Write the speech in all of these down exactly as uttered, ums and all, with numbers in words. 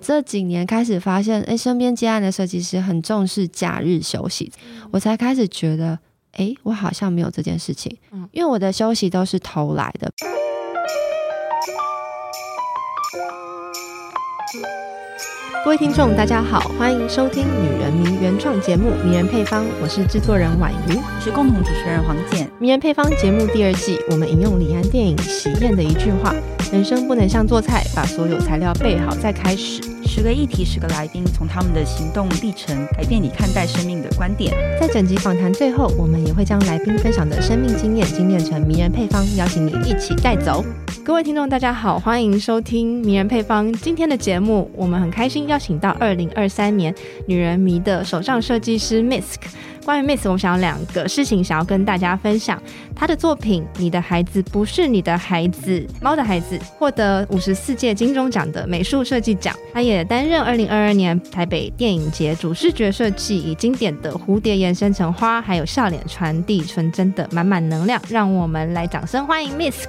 这几年开始发现，哎，身边接案的设计师很重视假日休息，嗯、我才开始觉得，哎，我好像没有这件事情，嗯、因为我的休息都是偷来的。 各位听众大家好，欢迎收听女人迷原创节目迷人配方，我是制作人婉瑜， 我是共同主持人黄健。 迷人配方节目第二季，我们引用李安电影《喜宴》的一句话，人生不能像做菜，把所有材料备好再开始。 十个议题，十个来宾，从他们的行动历程改变你看待生命的观点。 在整集访谈最后，我们也会将来宾分享的生命经验精炼成迷人配方，邀请你一起带走。各位听众大家好，欢迎收听迷人配方。今天的节目我们很开心邀请到二零二三年女人迷的首相设计师 Misk。 关于 Misk 我们想要两个事情想要跟大家分享。她的作品《你的孩子不是你的孩子》，猫的孩子获得五十四届金钟奖的美术设计奖。她也担任二零二二年台北电影节主视觉设计，以经典的蝴蝶延伸成花，还有笑脸传递纯真的满满能量。让我们来掌声欢迎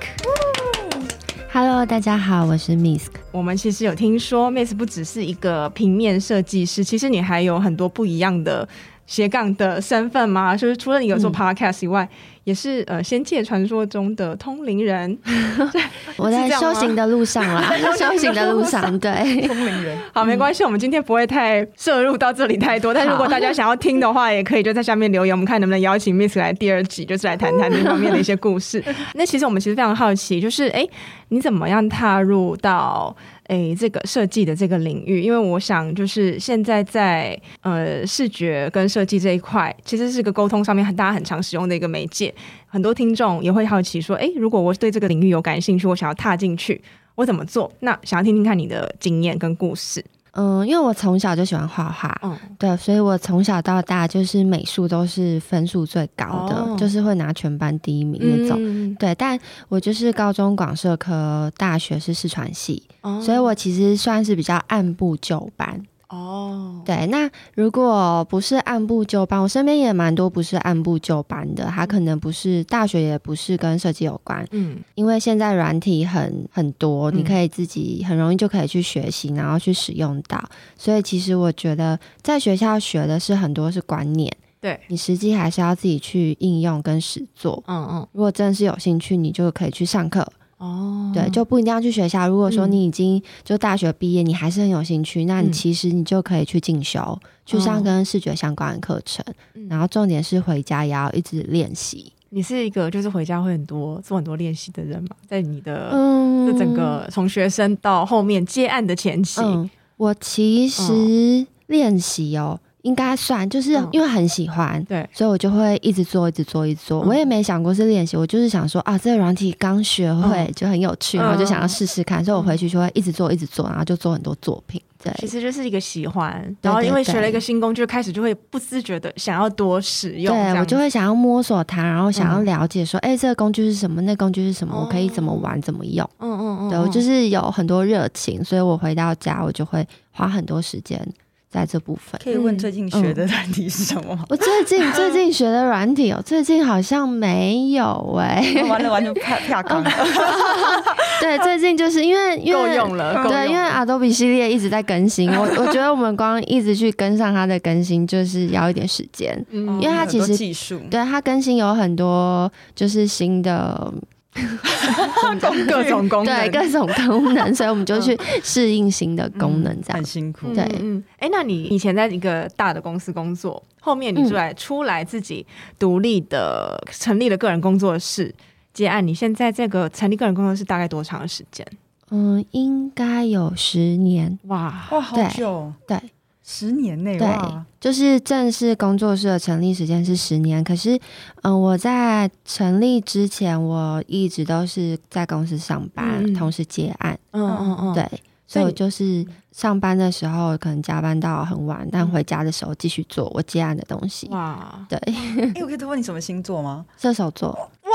Misk。Hello， 大家好，我是 Misk。 我们其实有听说 Misk 不只是一个平面设计师，其实你还有很多不一样的斜杠的身份吗？就是除了你有做 podcast 以外，嗯、也是呃仙界传说中的通灵人。 我在修行的路上啦，修行的路上，对， 通灵人。好，没关系，我们今天不会太摄入到这里太多，但如果大家想要听的话，也可以就在下面留言，我们看能不能邀请 Misk 来第二集，就是来谈谈这方面的一些故事。那其实我们其实非常好奇，就是哎，你怎么样踏入到诶，这个设计的这个领域？因为我想就是现在在呃视觉跟设计这一块，其实是个沟通上面大家很常使用的一个媒介。很多听众也会好奇说，诶，如果我对这个领域有感兴趣，我想要踏进去，我怎么做？那想要听听看你的经验跟故事。 嗯，因为我从小就喜欢画画，嗯，对，所以我从小到大就是美术都是分数最高的，哦、就是会拿全班第一名那种。嗯、对，但我就是高中广社科，大学是视传系，哦、所以我其实算是比较按部就班。哦，对，那如果不是按部就班，我身边也蛮多不是按部就班的，他可能不是大学，也不是跟设计有关，嗯，因为现在软体很很多，你可以自己很容易就可以去学习，然后去使用到，所以其实我觉得在学校学的是很多是观念，对，你实际还是要自己去应用跟实做，嗯嗯，如果真的是有兴趣，你就可以去上课。哦，对，就不一定要去学校。如果说你已经就大学毕业，嗯、你还是很有兴趣，那你其实你就可以去进修，嗯、去上跟视觉相关的课程。嗯、然后重点是回家也要一直练习。 你是一个就是回家会很多做很多练习的人吗？在你的嗯，这整个从学生到后面接案的前期，嗯、 我其实练习哦。应该算，就是因为很喜欢，对、嗯，所以我就会一直做，一直做，一直做。嗯、我也没想过是练习，我就是想说啊，这个软体刚学会、嗯、就很有趣，然后就想要试试看，嗯、所以我回去就会一直做，一直做，然后就做很多作品。对， 其实就是一个喜欢，然后因为学了一个新工具，开始就会不自觉的想要多使用。 对，我就会想要摸索它，然后想要了解说，哎、嗯欸，这个工具是什么，那个工具是什么，哦、我可以怎么玩，怎么用。嗯嗯嗯，对我就是有很多热情，所以我回到家我就会花很多时间。在这部分可以问最近学的软体是什么吗？ 嗯、我最近最近学的软体哦，最近好像没有哎、欸， 完了完全啪啪缸了。 对，最近就是因为因为够用了， 对，因为 Adobe 系列一直在更新，我我觉得我们光一直去跟上它的更新，就是要一点时间，嗯、因为它其实技术， 对它更新有很多就是新的。 各种功能， 对各种功能，所以我们就去适应新的功能，这样、 嗯、很辛苦。 对， 嗯，哎，那你以前在一个大的公司工作，后面你出来、嗯、出来自己独立的成立了个人工作室接案，你现在这个成立个人工作室大概多长的时间？ 嗯，应该有十年。 哇哇，好久， 对。 十年内， 对，就是正式工作室的成立时间是十年。可是，嗯、呃，我在成立之前，我一直都是在公司上班，嗯、同时接案。嗯嗯嗯，对，所以我就是上班的时候可能加班到很晚，但回家的时候继续做我接案的东西。哇，对。 哎、欸，我可以多问你什么星座吗？ 射手座。 哇，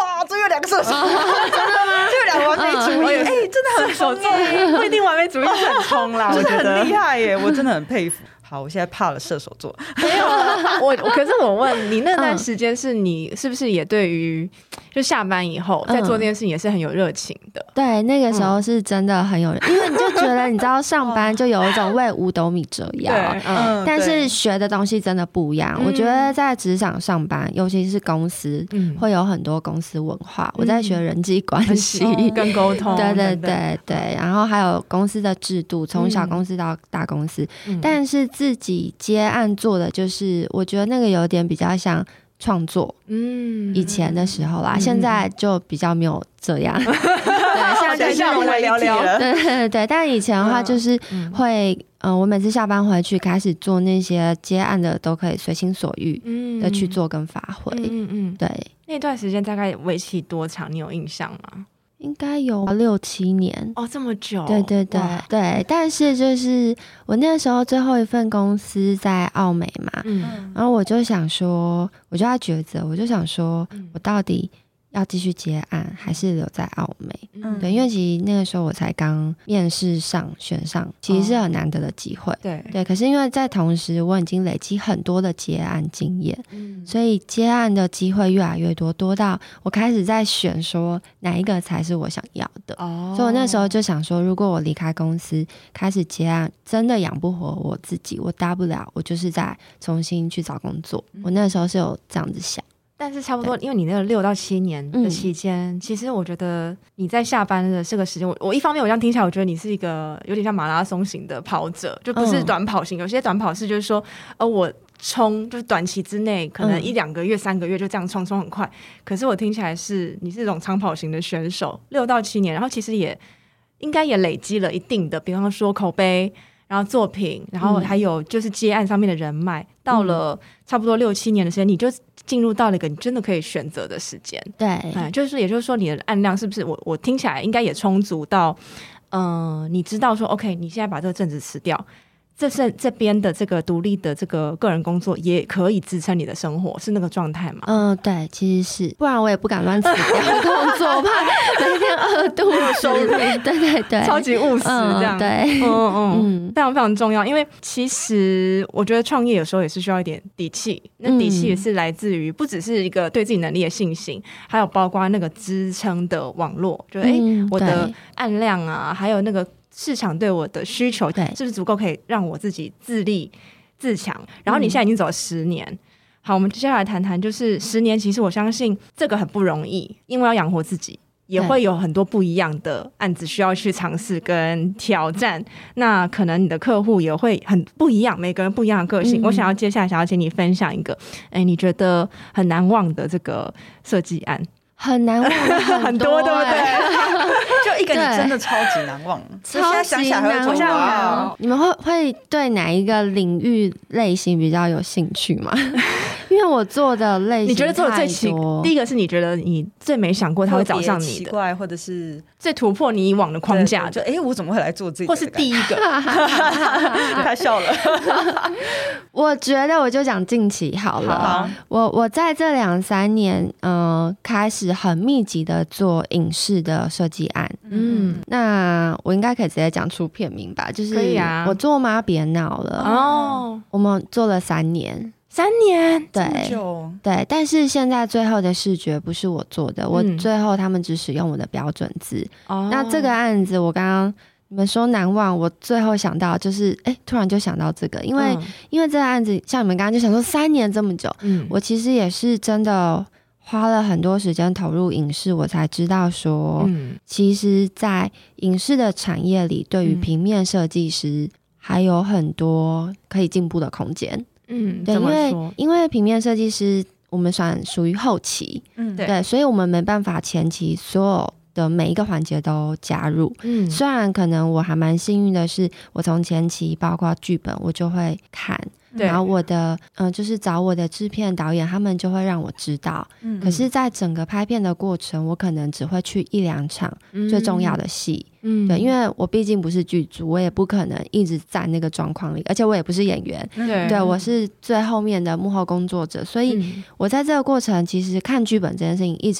哇，这有两个射手，真的吗？这有两个完美主义，哎、欸，真的很手座不一定完美主义很冲啦，我觉得很厉害耶，我真的很佩服。好，我现在怕了射手座。 没有，我可是我问你，那段时间是你是不是也对于就下班以后在做这件事情也是很有热情的？ 嗯、对，那个时候是真的很有，因为你就觉得你知道上班就有一种为五斗米折腰，嗯，但是学的东西真的不一样。嗯、我觉得在职场上班，尤其是公司，嗯、会有很多公司文化。我在学人际关系、 嗯、跟沟通， 对对对对，然后还有公司的制度，从小公司到大公司，嗯、但是自己接案做的就是我觉得那个有点比较像创作，嗯，以前的时候啦，嗯、现在就比较没有这样。对，现在就是我们来聊聊。 对对对，但以前的话就是会，嗯、呃，我每次下班回去开始做那些接案的，都可以随心所欲的去做跟发挥。嗯嗯，对。 那段时间大概为期多长？你有印象吗？ 应该有六七年哦，这么久。 对对对对，但是就是我那时候最后一份公司在奥美嘛，嗯，然后我就想说，我就要抉择，我就想说我到底要继续接案还是留在奥美？嗯，对，因为其实那个时候我才刚面试上选上，其实是很难得的机会。对、哦、对，可是因为在同时我已经累积很多的接案经验，嗯，所以接案的机会越来越多，多到我开始在选说哪一个才是我想要的。哦，所以我那时候就想说，如果我离开公司开始接案，真的养不活我自己，我大不了我就是再重新去找工作。嗯、我那时候是有这样子想。 但是差不多，因为你那个六到七年的期间、嗯，其实我觉得你在下班的这个时间，我我一方面我这样听起来，我觉得你是一个有点像马拉松型的跑者，就不是短跑型。嗯、有些短跑是就是说，呃，我冲就是短期之内可能一两个月、三个月就这样冲冲很快。可是我听起来是你是这种长跑型的选手，六到七年，然后其实也应该也累积了一定的，比方说口碑。然后作品，然后还有就是接案上面的人脉，嗯、到了差不多六七年的时间，你就进入到了一个你真的可以选择的时间。 对， 嗯，就是也就是说，你的案量是不是我我听起来应该也充足到，嗯、呃，你知道说 ，OK， 你现在把这个正职辞掉，这是这边的这个独立的这个个人工作也可以支撑你的生活，是那个状态吗？ 嗯，对，其实是，不然我也不敢乱辞掉工作，我怕每天饿肚子收入。对对对， 超级务实这样。嗯、 对， 嗯嗯嗯，非常非常重要。因为其实我觉得创业有时候也是需要一点底气，那底气也是来自于不只是一个对自己能力的信心，还有包括那个支撑的网络，就哎、嗯，我的案量啊，还有那个。市场对我的需求是不是足够可以让我自己自立自强？然后你现在已经走了十年、嗯、好，我们接下来谈谈就是十年，其实我相信这个很不容易，因为要养活自己也会有很多不一样的案子需要去尝试跟挑战，那可能你的客户也会很不一样，每个人不一样的个性、嗯、我想要接下来想要请你分享一个哎，你觉得很难忘的这个设计案。 很难忘的 很, 很多对不对？ 就一个你真的超级难忘， 超级难忘。你们会会对哪一个领域类型比较有兴趣吗？因为我做的类型， 你觉得做的最奇，第一个是你觉得你最没想过他会找上你的， 奇怪，或者是最突破你以往的框架， 就哎、欸，我怎么会来做这个？ 或是第一个， 他笑了。 我觉得我就讲近期好了。好我我在这两三年，嗯、呃，开始很密集的做影视的设计案。嗯，那我应该可以直接讲出片名吧？就是我做妈别闹了哦，我们做了三年。 三年， 对对，但是现在最后的视觉不是我做的，嗯、我最后他们只使用我的标准字。哦，那这个案子我刚刚你们说难忘，我最后想到就是，哎，突然就想到这个，因为、嗯、因为这个案子，像你们刚刚就想说三年这么久，嗯，我其实也是真的花了很多时间投入影视，我才知道说，嗯、其实，在影视的产业里，对于平面设计师还有很多可以进步的空间。嗯，对，因为因为平面设计师我们算属于后期，嗯，对，对，所以我们没办法前期所有的每一个环节都加入。嗯，虽然可能我还蛮幸运的是，我从前期包括剧本我就会看。然后我的嗯、呃，就是找我的制片导演，他们就会让我知道。嗯，可是，在整个拍片的过程，我可能只会去一两场最重要的戏。嗯，对，因为我毕竟不是剧组，我也不可能一直在那个状况里，而且我也不是演员。对，对我是最后面的幕后工作者，所以我在这个过程，其实看剧本这件事情一直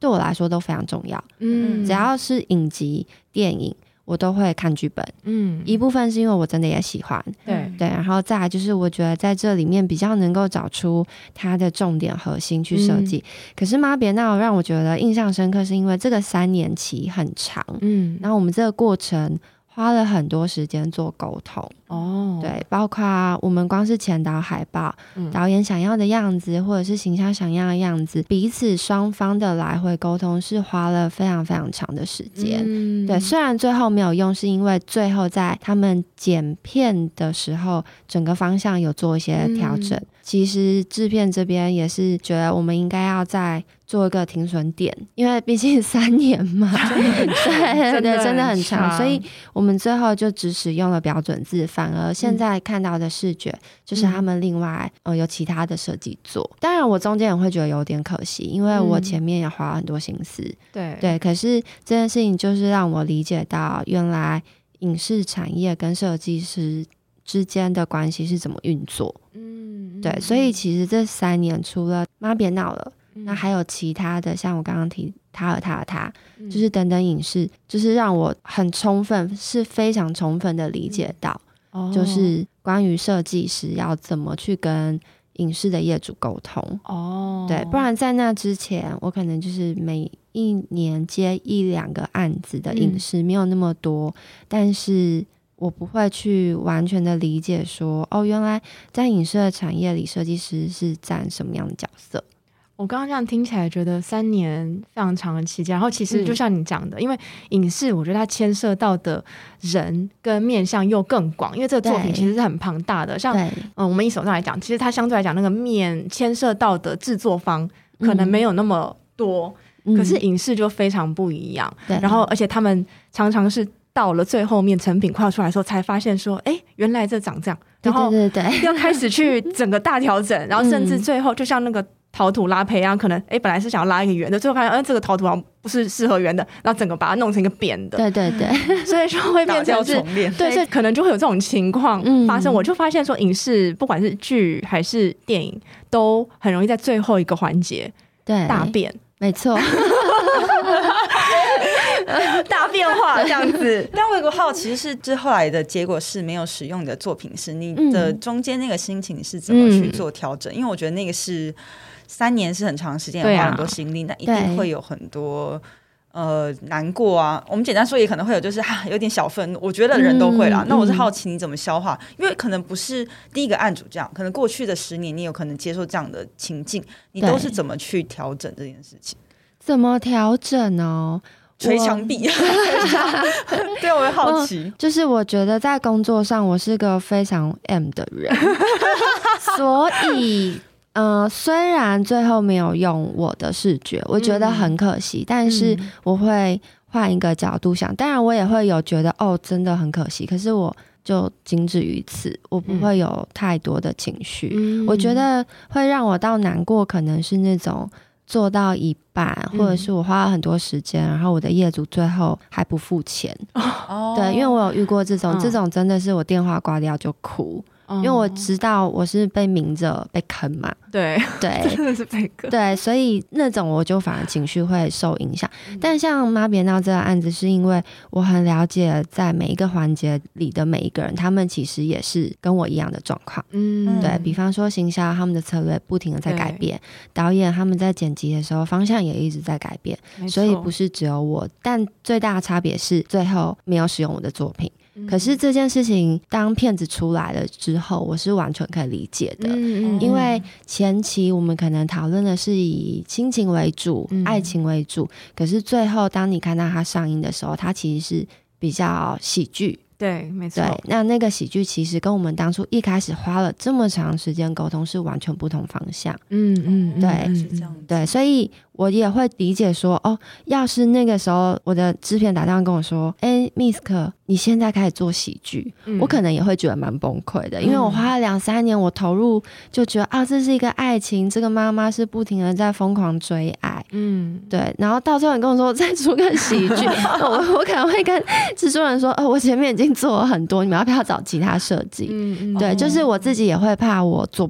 对我来说都非常重要。嗯，只要是影集、电影，我都会看剧本。嗯，一部分是因为我真的也喜欢， 对对，然后再来就是我觉得在这里面比较能够找出它的重点核心去设计。嗯、可是妈别闹让我觉得印象深刻，是因为这个三年期很长，嗯，然后我们这个过程花了很多时间做沟通哦，对，包括我们光是前导海报、嗯、导演想要的样子，或者是形象想要的样子，彼此双方的来回沟通是花了非常非常长的时间。嗯、对，虽然最后没有用，是因为最后在他们剪片的时候，整个方向有做一些调整。嗯、其实制片这边也是觉得我们应该要再做一个停损点，因为毕竟三年嘛， 真的很长， 对对，真的很长，所以我们最后就只使用了标准字，反而现在看到的视觉、嗯、就是他们另外、呃、有其他的设计做。当然我中间也会觉得有点可惜，因为我前面也花了很多心思，嗯、对对，可是这件事情就是让我理解到原来影视产业跟设计师之间的关系是怎么运作。嗯，对，所以其实这三年除了妈别闹了，那还有其他的，像我刚刚提他和他和他，嗯、就是等等影视，就是让我很充分，是非常充分的理解到，嗯、就是关于设计师要怎么去跟影视的业主沟通。哦，对，不然在那之前，我可能就是每一年接一两个案子的影视，嗯、没有那么多，但是我不会去完全的理解说，哦，原来在影视的产业里，设计师是占什么样的角色。 我刚刚这样听起来觉得三年非常长的期间，然后其实就像你讲的、嗯、因为影视我觉得它牵涉到的人跟面向又更广，因为这个作品其实是很庞大的，像嗯，我们以手上来讲，其实它相对来讲那个面牵涉到的制作方可能没有那么多、嗯、可是影视就非常不一样、嗯、然后而且他们常常是到了最后面成品快要出来的时候才发现说，哎，原来这长这样，然后要开始去整个大调整，然后甚至最后就像那个陶土拉胚啊，可能哎本来是想要拉一个圆的，最后发现哎这个陶土好像不是适合圆的，然后整个把它弄成一个扁的。 对对对， 所以就会变成是，对，所以可能就会有这种情况发生。嗯、我就发现说，影视不管是剧还是电影，都很容易在最后一个环节对大变， 没错。 大变化这样子。 但我有个好奇是，这后来的结果是没有使用你的作品，是你的中间那个心情是怎么去做调整？嗯、因为我觉得那个是三年是很长时间，也花很多心力，那、啊、一定会有很多呃难过啊。我们简单说，也可能会有就是哈、啊、有点小愤怒，我觉得人都会啦。嗯、那我是好奇你怎么消化，因为可能不是第一个案主这样，可能过去的十年你有可能接受这样的情境，你都是怎么去调整这件事情？ 怎么调整哦？ 捶墙壁对，我会好奇、嗯、 就是我觉得在工作上我是个非常 M 的人所以呃，虽然最后没有用我的视觉，我觉得很可惜、嗯、但是我会换一个角度想，当然我也会有觉得哦真的很可惜，可是我就仅止于此，我不会有太多的情绪、嗯、我觉得会让我到难过可能是那种做到一半，或者是我花了很多时间、嗯、然后我的业主最后还不付钱、哦、对，因为我有遇过这种、哦、这种真的是我电话挂掉就哭、哦、因为我知道我是被明着被坑嘛， 对对， 真的是被坑， 对，所以那种我就反而情绪会受影响、嗯、但像妈别闹这个案子是因为我很了解在每一个环节里的每一个人，他们其实也是跟我一样的状况，嗯，对，比方说行销他们的策略不停的在改变，导演他们在剪辑的时候方向也一直在改变，所以不是只有我，但最大的差别是最后没有使用我的作品、嗯、可是这件事情当片子出来了之后我是完全可以理解的、嗯、因为前期我们可能讨论的是以亲情为主、嗯、爱情为主，可是最后当你看到它上映的时候，它其实是比较喜剧， 对，没错， 对，那那个喜剧其实跟我们当初一开始花了这么长时间沟通是完全不同方向，嗯嗯，对， 是这样子， 对，所以我也会理解说，哦，要是那个时候我的制片打电话跟我说，哎 ，Misk， 你现在开始做喜剧、嗯，我可能也会觉得蛮崩溃的，因为我花了两三年，我投入就觉得啊，这是一个爱情，这个妈妈是不停的在疯狂追爱，嗯，对，然后到最后你跟我说再出个喜剧，我我可能会跟制作人说，哦，我前面已经做了很多，你们要不要找其他设计？嗯嗯，对，就是我自己也会怕我做不好。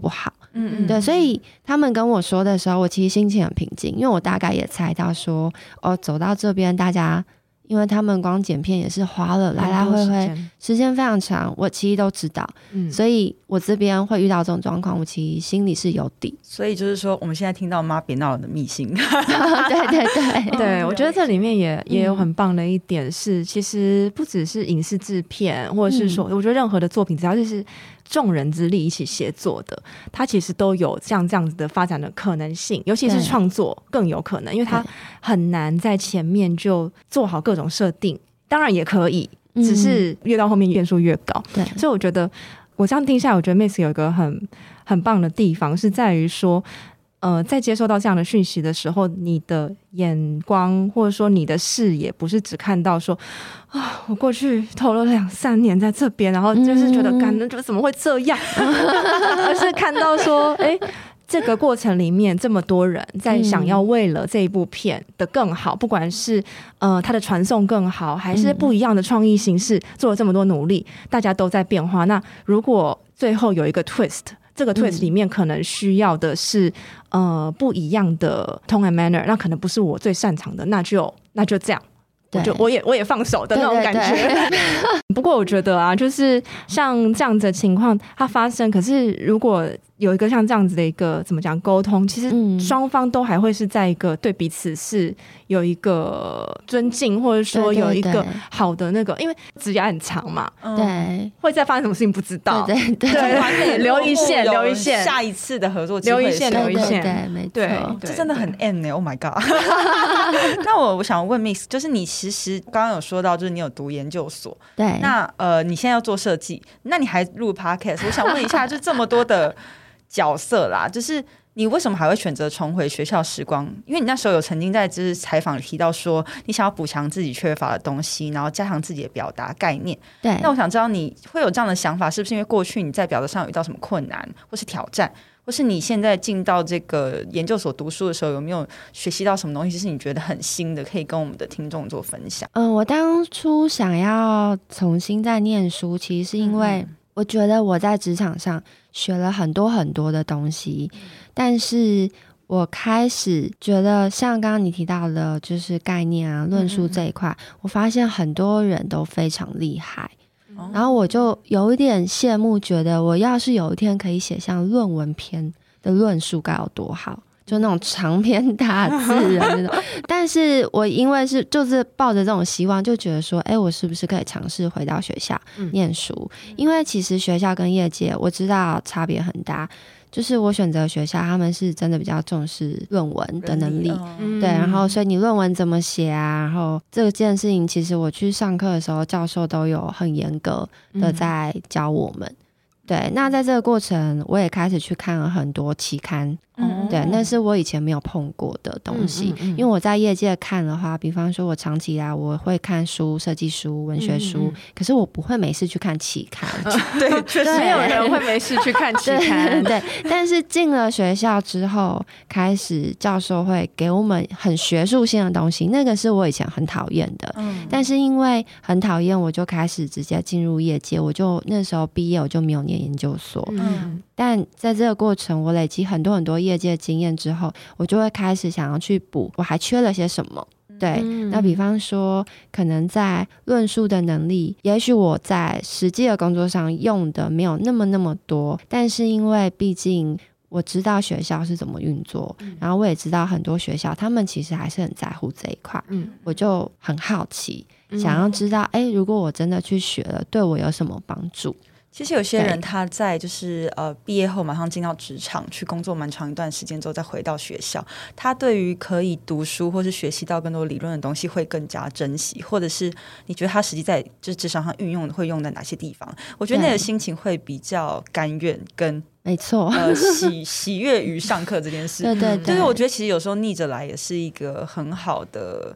嗯嗯，对，所以他们跟我说的时候，我其实心情很平静，因为我大概也猜到说，哦，走到这边大家。因为他们光剪片也是花了来来回回时间非常长，我其实都知道、嗯、所以我这边会遇到这种状况，我其实心里是有底。 所以就是说我们现在听到妈别闹了的秘辛对对对对，我觉得这里面也也有很棒的一点是、嗯、其实不只是影视制片或者是说、嗯、我觉得任何的作品只要就是众人之力一起协作的，它其实都有像这样子的发展的可能性，尤其是创作更有可能，因为它很难在前面就做好各种设定，当然也可以，只是越到后面变数越高。对，所以我觉得我这样听下来，我觉得 Mix 有一个很很棒的地方是在于说呃，在接收到这样的讯息的时候，你的眼光或者说你的视野不是只看到说啊，我过去投了两三年在这边，然后就是觉得感觉就怎么会这样而是看到说哎，这个过程里面这么多人在想要为了这一部片的更好、嗯、不管是呃它的传送更好还是不一样的创意形式、嗯、做了这么多努力，大家都在变化。那如果最后有一个 twist，这个 twist 里面可能需要的是、嗯、呃不一样的 tone and manner， 那可能不是我最擅长的，那就那就这样，我就我也我也放手的那种感觉。对对对不过我觉得啊，就是像这样子的情况它发生，可是如果有一个像这样子的一个怎么讲沟通，其实双方都还会是在一个对彼此是有一个尊敬，或者说有一个好的那个，因为职涯很长嘛， 对， 会再发生什么事情不知道， 对对对， 对留一线，留一线， 下一次的合作机会留一线，留一线， 对，没错， 这真的很 N 欸 ，Oh my god！ 那我我想问 Mix， 就是你其实刚刚有说到，就是你有读研究所， 对， 那呃你现在要做设计，那你还录 podcast， 我想问一下，就这么多的角色啦，就是你为什么还会选择重回学校时光？因为你那时候有曾经在就是采访里提到说，你想要补强自己缺乏的东西，然后加强自己的表达概念。 对， 那我想知道你会有这样的想法，是不是因为过去你在表达上有遇到什么困难或是挑战，或是你现在进到这个研究所读书的时候，有没有学习到什么东西是你觉得很新的，可以跟我们的听众做分享？ 嗯、呃，我当初想要重新再念书，其实是因为、嗯我觉得我在职场上学了很多很多的东西，但是我开始觉得像刚刚你提到的就是概念啊论述这一块，我发现很多人都非常厉害，然后我就有一点羡慕，觉得我要是有一天可以写像论文篇的论述该有多好，就那种长篇大字啊那种但是我因为是就是抱着这种希望，就觉得说哎、欸，我是不是可以尝试回到学校念书、嗯、因为其实学校跟业界我知道差别很大，就是我选择学校他们是真的比较重视论文的能力、嗯、对，然后所以你论文怎么写啊，然后这件事情其实我去上课的时候教授都有很严格的在教我们、嗯，对，那在这个过程我也开始去看了很多期刊、嗯、对，那是我以前没有碰过的东西、嗯嗯嗯、因为我在业界看的话，比方说我长期以来我会看书，设计书文学书、嗯嗯、可是我不会没事去看期刊、 嗯、对，确实没有人会没事去看期刊对, 对，但是进了学校之后开始教授会给我们很学术性的东西，那个是我以前很讨厌的、嗯、但是因为很讨厌我就开始直接进入业界，我就那时候毕业我就没有念研究所、嗯、但在这个过程我累积很多很多业界经验之后，我就会开始想要去补我还缺了些什么。对、嗯、那比方说可能在论述的能力，也许我在实际的工作上用的没有那么那么多，但是因为毕竟我知道学校是怎么运作、嗯、然后我也知道很多学校他们其实还是很在乎这一块、嗯、我就很好奇、嗯、想要知道哎，如果我真的去学了对我有什么帮助。 其实有些人他在就是呃毕业后马上进到职场去工作蛮长一段时间之后再回到学校，他对于可以读书或是学习到更多理论的东西会更加珍惜，或者是你觉得他实际在就是职场上运用会用在哪些地方，我觉得那个心情会比较甘愿跟没错呃喜喜悦于上课这件事对对对， 就是我觉得其实有时候逆着来也是一个很好的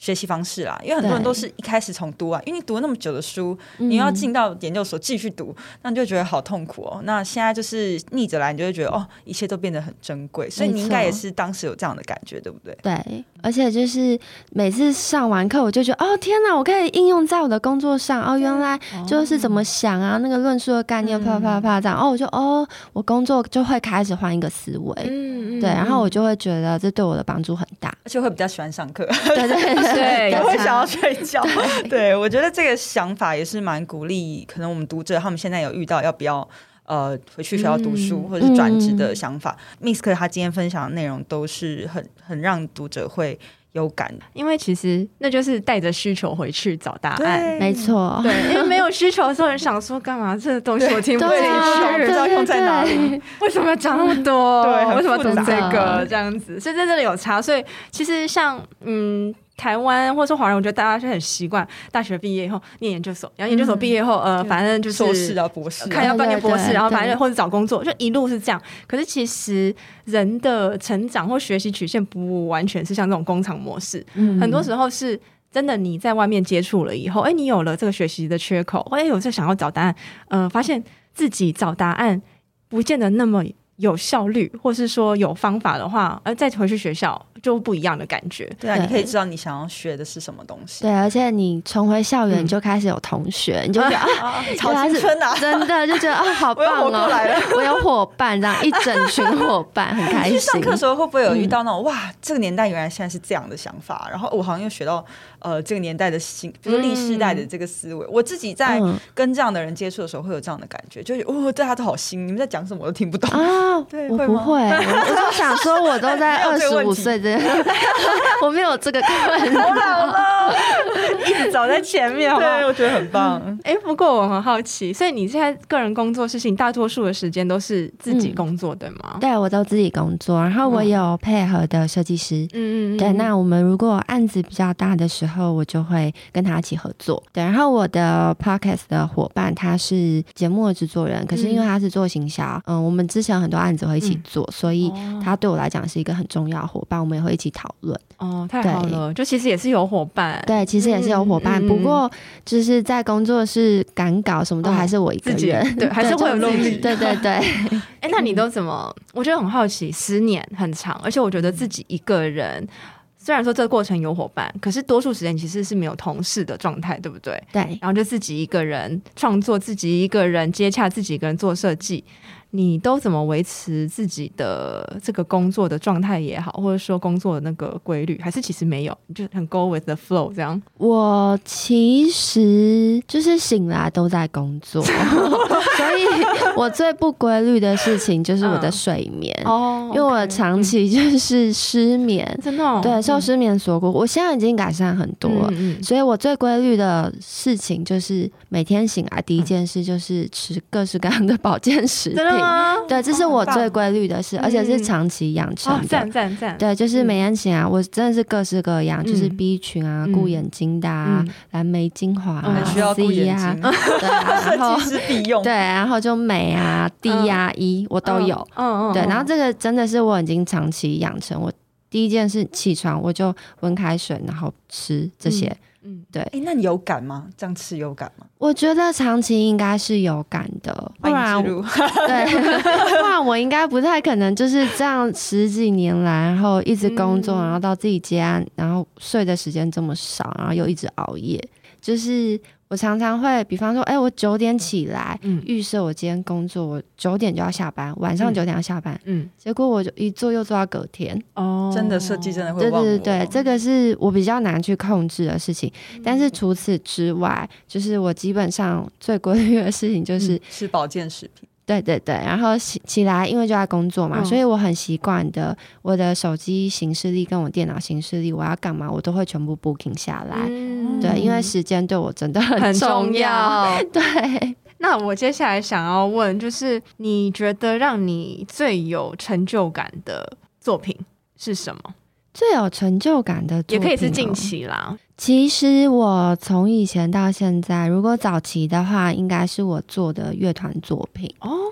学习方式啦，因为很多人都是一开始从读啊，因为你读了那么久的书，你要进到研究所继续读，那你就觉得好痛苦哦。那现在就是逆着来，你就会觉得哦，一切都变得很珍贵，所以你应该也是当时有这样的感觉，对不对？ 对，而且就是每次上完课，我就觉得哦天哪，我可以应用在我的工作上哦，原来就是怎么想啊，那个论述的概念啪啪啪这样，哦，我就哦，我工作就会开始换一个思维，嗯，对，然后我就会觉得这对我的帮助很大， 而且会比较喜欢上课， 对对对。 对，也会想要睡觉。对，对，我觉得这个想法也是蛮鼓励，可能我们读者他们现在有遇到要不要呃回去学校读书、嗯、或者是转职的想法。嗯、Misk 他今天分享的内容都是很很让读者会有感， 因为其实那就是带着需求回去找答案， 没错。 对，因为没有需求的时候，人想说干嘛？这个东西我听不进去， 不知道用在哪里， 为什么要讲那么多？ 对， 为什么读这个这样子？所以在这里有差。所以其实像嗯。台湾或者说华人，我觉得大家是很习惯大学毕业以后念研究所，然后研究所毕业后，呃，反正就是硕士啊、博士啊， 看要不要念博士，然后反正或者找工作，就一路是这样。可是其实人的成长或学习曲线不完全是像这种工厂模式，嗯、很多时候是真的你在外面接触了以后，哎，你有了这个学习的缺口，或者有这想要找答案，呃，发现自己找答案不见得那么有效率，或是说有方法的话，而再回去学校就不一样的感觉。 对啊，你可以知道你想要学的是什么东西。 对，而且你重回校园就开始有同学，嗯、你就觉得啊， 超青春啊， 真的就觉得啊，好棒哦，我有来了， 我有伙伴，这样一整群伙伴，很开心。 上课的时候会不会有遇到那种、嗯、哇，这个年代原来现在是这样的想法，然后我好像又学到呃这个年代的新，比如说历世代的这个思维、嗯。我自己在跟这样的人接触的时候，会有这样的感觉，就是哦，大家都好新，你们在讲什么我都听不懂啊。对，我不会，我就想说，我都在二十五岁这样，我没有这个困扰， 我老了， 一直走在前面， 对，我觉得很棒。 哎、欸，不过我很好奇，所以你现在个人工作事情，大多数的时间都是自己工作，嗯、对吗？ 对，我都自己工作，然后我有配合的设计师，嗯嗯，对。那我们如果案子比较大的时候，我就会跟他一起合作。对，然后我的 podcast 的伙伴他是节目的制作人，可是因为他是做行销，嗯、呃，我们之前很多案子会一起做，嗯、所以他对我来讲是一个很重要的伙伴，我们也会一起讨论。 哦，太好了，就其实也是有伙伴， 对，其实也是有伙伴，嗯、不过就是在工作室赶稿什么都还是我一个人， 嗯、对，还是会有自己， 对对对。 哎，那你都怎么？我觉得很好奇，十年很长，而且我觉得自己一个人。虽然说这个过程有伙伴，可是多数时间其实是没有同事的状态，对不对？ 对。 然后就自己一个人创作，自己一个人接洽，自己一个人做设计。你都怎么维持自己的这个工作的状态也好，或者说工作的那个规律，还是其实没有，你就很 go with the flow 这样？ 我其实就是醒来都在工作，所以我最不规律的事情就是我的睡眠、嗯、哦，因为我长期就是失眠， 嗯、真的、哦、 对，受失眠所苦。我现在已经改善很多了，嗯嗯，所以我最规律的事情就是每天醒来第一件事就是吃各式各样的保健食品。对，这是我最规律的事，哦、而且是长期养成的。 赞赞赞！ 对，就是每天醒来，嗯、我真的是各式各样，嗯、就是 B 群啊、顾、嗯、眼睛的啊、嗯、蓝莓精华啊、 嗯、需要顾眼睛， 对啊，然后是必用， 对，然后就镁啊、D 啊、E 我都有，嗯嗯，对，然后这个真的是我已经长期养成，我第一件事起床我就温开水，然后吃这些。嗯嗯，对。 哎，那你有感吗？这样吃有感吗？ 我觉得长期应该是有感的，不然对，不然我应该不太可能就是这样十几年来，然后一直工作，嗯、然后到自己接案，然后睡的时间这么少，然后又一直熬夜，就是我常常会，比方说，哎、欸，我九点起来，嗯，预设我今天工作，我九点就要下班，晚上九点要下班，嗯，结果我就一做又做到隔天， 哦，真的设计真的会忘我， 对对对，这个是我比较难去控制的事情。嗯、但是除此之外，就是我基本上最规律的事情就是吃保健食品。 对对对，然后起起来，因为就在工作嘛，嗯、所以我很习惯的，我的手机行事历跟我电脑行事历，我要干嘛，我都会全部 booking 下来。嗯、对，因为时间对我真的很重要。重要对。 那我接下来想要问，就是你觉得让你最有成就感的作品是什么？ 最有成就感的作品、哦、 也可以是近期啦。 其实我从以前到现在，如果早期的话，应该是我做的乐团作品哦。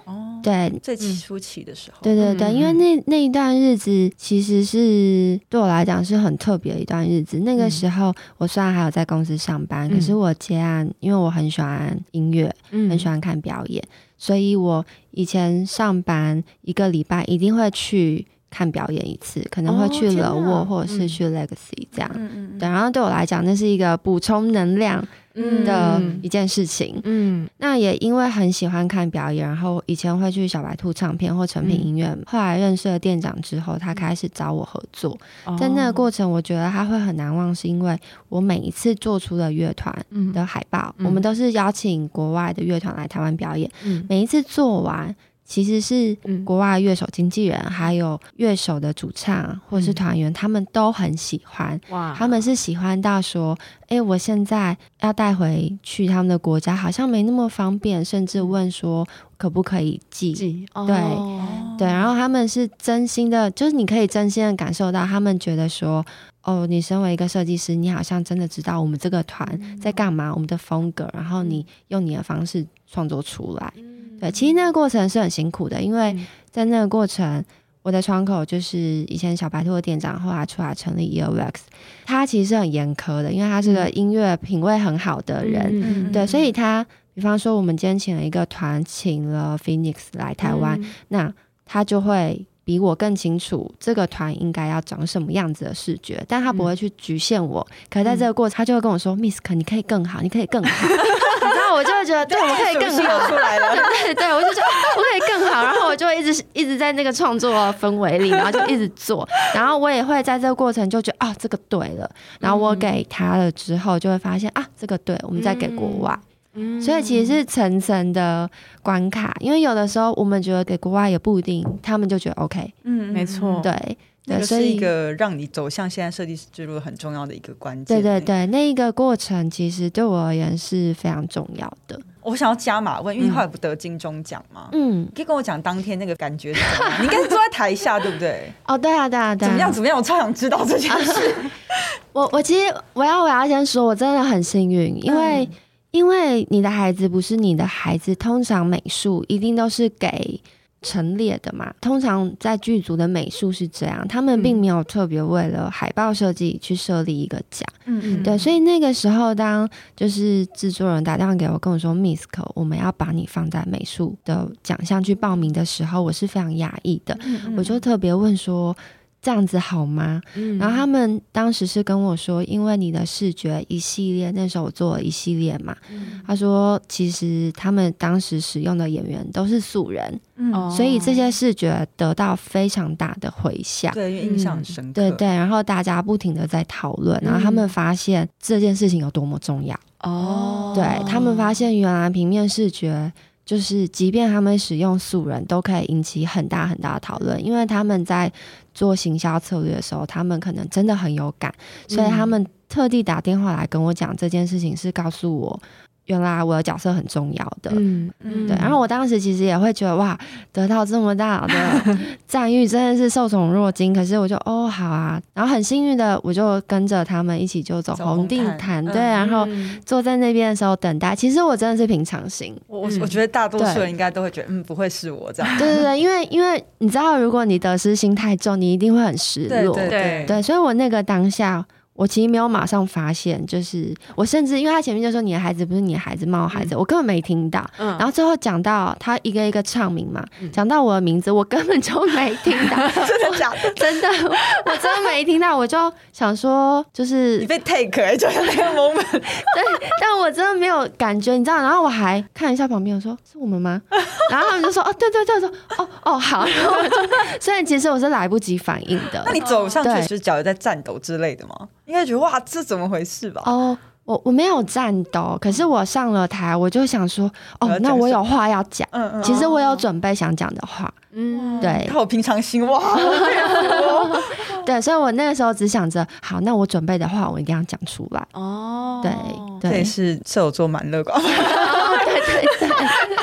对， 最初期的时候， 对对对，嗯、因为那那一段日子其实是对我来讲是很特别的一段日子。那个时候我虽然还有在公司上班，嗯、可是我接案，因为我很喜欢音乐，嗯、很喜欢看表演，所以我以前上班一个礼拜一定会去看表演一次，可能会去了沃或者是去 Legacy 这样。嗯、对，然后对我来讲，那是一个补充能量的一件事情。嗯，那也因为很喜欢看表演，然后以前会去小白兔唱片或成品音乐，嗯、后来认识了店长之后，他开始找我合作。嗯、在那个过程，我觉得他会很难忘，是因为我每一次做出的乐团的海报，嗯、我们都是邀请国外的乐团来台湾表演，嗯、每一次做完。其实是国外乐手经纪人、嗯、还有乐手的主唱或者是团员、嗯、他们都很喜欢。哇，他们是喜欢到说哎，我现在要带回去他们的国家好像没那么方便，甚至问说可不可以寄, 寄对、哦、对，然后他们是真心的，就是你可以真心的感受到他们觉得说哦，你身为一个设计师，你好像真的知道我们这个团在干嘛、嗯、我们的风格，然后你用你的方式创作出来、嗯对，其实那个过程是很辛苦的，因为在那个过程，我的窗口就是以前小白兔的店长，后来出来成立 Earwax， 他其实是很严苛的，因为他是个音乐品味很好的人，嗯、对，所以他比方说我们今天请了一个团，请了 Phoenix 来台湾，嗯、那他就会比我更清楚这个团应该要长什么样子的视觉，但他不会去局限我、嗯、可是在这个过程他就会跟我说 Misk 你可以更好，你可以更好你知道我就会觉得对我可以更好出来了对对，我就觉得我可以更好，然后我就会一直一直在那个创作氛围里，然后就一直做，然后我也会在这个过程就觉得啊这个对了，然后我给他了之后就会发现啊这个对，我们再给国外、嗯、所以其实是层层的关卡，因为有的时候我们觉得给国外也不一定他们就觉得 OK。 嗯，没错， 对， 那个是一个让你走向现在设计师之路很重要的一个关键。 对对对，那一个过程其实对我而言是非常重要的。 我想要加码问，因为你后来不得金钟奖吗？嗯，可以跟我讲当天那个感觉是怎么样？你应该是坐在台下对不对？ 哦，对啊对啊对啊， 怎么样怎么样？我超想知道这件事、啊、 我我其实我要我要先说我真的很幸运，因为、嗯、因为你的孩子不是你的孩子，通常美术一定都是给陈列的嘛，通常在剧组的美术是这样，他们并没有特别为了海报设计去设立一个奖。嗯，对，所以那个时候当就是制作人打电话给我跟我说 Misk 我们要把你放在美术的奖项去报名的时候，我是非常压抑的、嗯、我就特别问说这样子好吗、嗯、然后他们当时是跟我说因为你的视觉一系列，那时候我做了一系列嘛、嗯、他说其实他们当时使用的演员都是素人、嗯、所以这些视觉得到非常大的回响， 对，印象很深刻、嗯、 对对，然后大家不停的在讨论、嗯、然后他们发现这件事情有多么重要哦，对，他们发现原来平面视觉就是即便他们使用素人都可以引起很大很大的讨论，因为他们在做行销策略的时候他们可能真的很有感，所以他们特地打电话来跟我讲这件事情，是告诉我原来我的角色很重要的。嗯嗯，对。然后我当时其实也会觉得哇，得到这么大的赞誉，真的是受宠若惊。可是我就哦好啊，然后很幸运的，我就跟着他们一起就走红地毯，对、嗯，然后坐在那边的时候等待。其实我真的是平常心， 我我觉得大多数人应该都会觉得，嗯，不会是我这样。 对对对，因为因为你知道，如果你得失心太重，你一定会很失落。 对对 对, 对，所以我那个当下。我其实没有马上发现，就是我甚至因为他前面就说你的孩子不是你的孩子，冒孩子、嗯、我根本没听到、嗯、然后最后讲到他一个一个唱名嘛，讲、嗯、到我的名字我根本就没听到真的假的？ 真的我真的没听到，我就想说就是你被 take 欸，就是那个 moment 对，但我真的没有感觉你知道，然后我还看一下旁边，我说是我们吗？然后他们就说哦对对对，我说哦哦好，然后我就所以其实我是来不及反应的。 那你走上去是脚有在颤抖之类的吗？应该觉得哇这怎么回事吧。 哦，我我没有颤抖，可是我上了台我就想说哦那我有话要讲、嗯嗯、其实我有准备想讲的话。嗯，对， 他有平常心哇对，所以我那个时候只想着好，那我准备的话我一定要讲出来。哦，对对， 这也是射手座蛮乐观对对对而且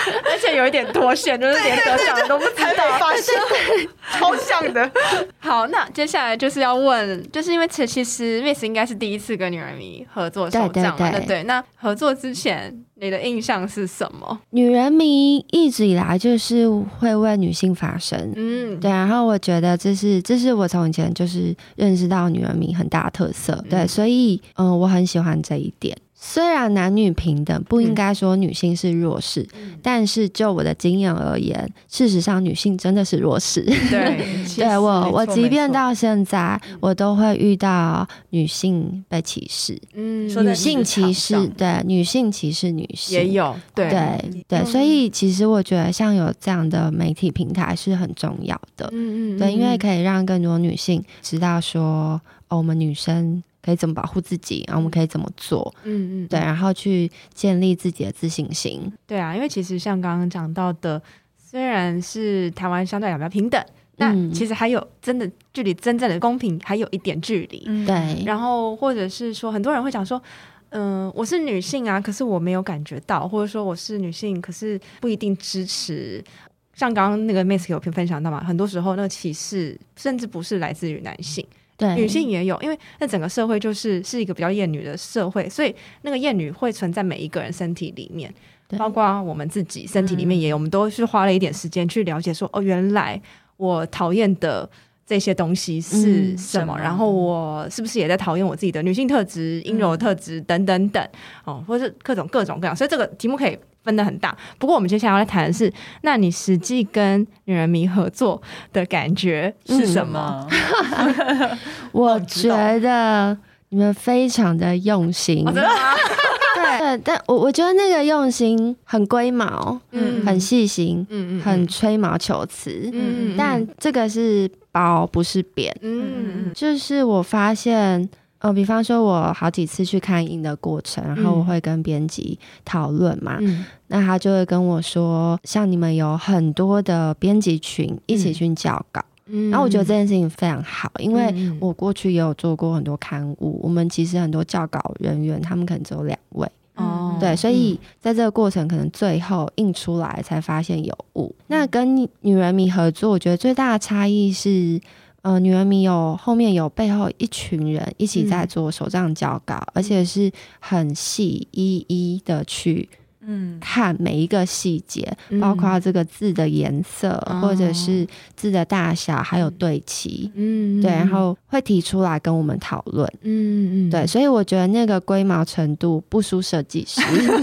现有一点脱线，就是连得奖的都不知道， 发现超像的。 好，那接下来就是要问，就是因为其实 Miss 应该是第一次跟女人迷合作手账嘛，对不对？那合作之前你的印象是什么？ 女人迷一直以来就是会为女性发声，嗯，对。然后我觉得这是这是我从以前就是认识到女人迷很大的特色，嗯、对，所以嗯、呃，我很喜欢这一点。虽然男女平等，不应该说女性是弱势，嗯、但是就我的经验而言，事实上女性真的是弱势。 对， 对我我即便到现在，我都会遇到女性被歧视，嗯，女性歧视，对，女性歧视女性也有，对对对，所以其实我觉得像有这样的媒体平台是很重要的，嗯嗯，对，因为可以让更多女性知道说，哦，我们女生可以怎么保护自己，然后我们可以怎么做，嗯嗯，对，然后去建立自己的自信心。 对啊，因为其实像刚刚讲到的，虽然是台湾相对来比较平等，但其实还有真的距离真正的公平还有一点距离。 嗯、对， 然后或者是说，很多人会讲说，嗯、呃，我是女性啊，可是我没有感觉到，或者说我是女性，可是不一定支持。像刚刚那个 Miss 有分享到嘛，很多时候那个歧视甚至不是来自于男性。 对， 女性也有，因为那整个社会就是是一个比较厌女的社会，所以那个厌女会存在每一个人身体里面，包括我们自己身体里面也有，嗯、我们都是花了一点时间去了解说，哦，原来我讨厌的这些东西是什么，嗯、然后我是不是也在讨厌我自己的女性特质、阴柔特质等等等，哦，或者是各种各种各样，所以这个题目可以分得很大。不过我们接下来要来谈的是，那你实际跟女人迷合作的感觉是什么？ 嗯、我觉得你们非常的用心。 哦、真的吗？ 对，但我我觉得那个用心很龟毛，嗯，很细心，嗯嗯，很吹毛求疵，嗯，但这个是褒不是贬，嗯嗯，就是我发现。呃，比方说我好几次去看影的过程，然后我会跟编辑讨论嘛，嗯、那他就会跟我说，像你们有很多的编辑群一起去校稿，嗯、然后我觉得这件事情非常好，因为我过去也有做过很多刊物，我们其实很多校稿人员他们可能只有两位，哦，对，所以在这个过程可能最后印出来才发现有误。那跟女人迷合作，我觉得最大的差异是。呃，女人迷有后面有背后一群人一起在做手账校稿，嗯、而且是很细一一的去看每一个细节，嗯、包括这个字的颜色，嗯、或者是字的大小，还有对齐，嗯，对，然后会提出来跟我们讨论，嗯嗯，对，所以我觉得那个龟毛程度不输设计师。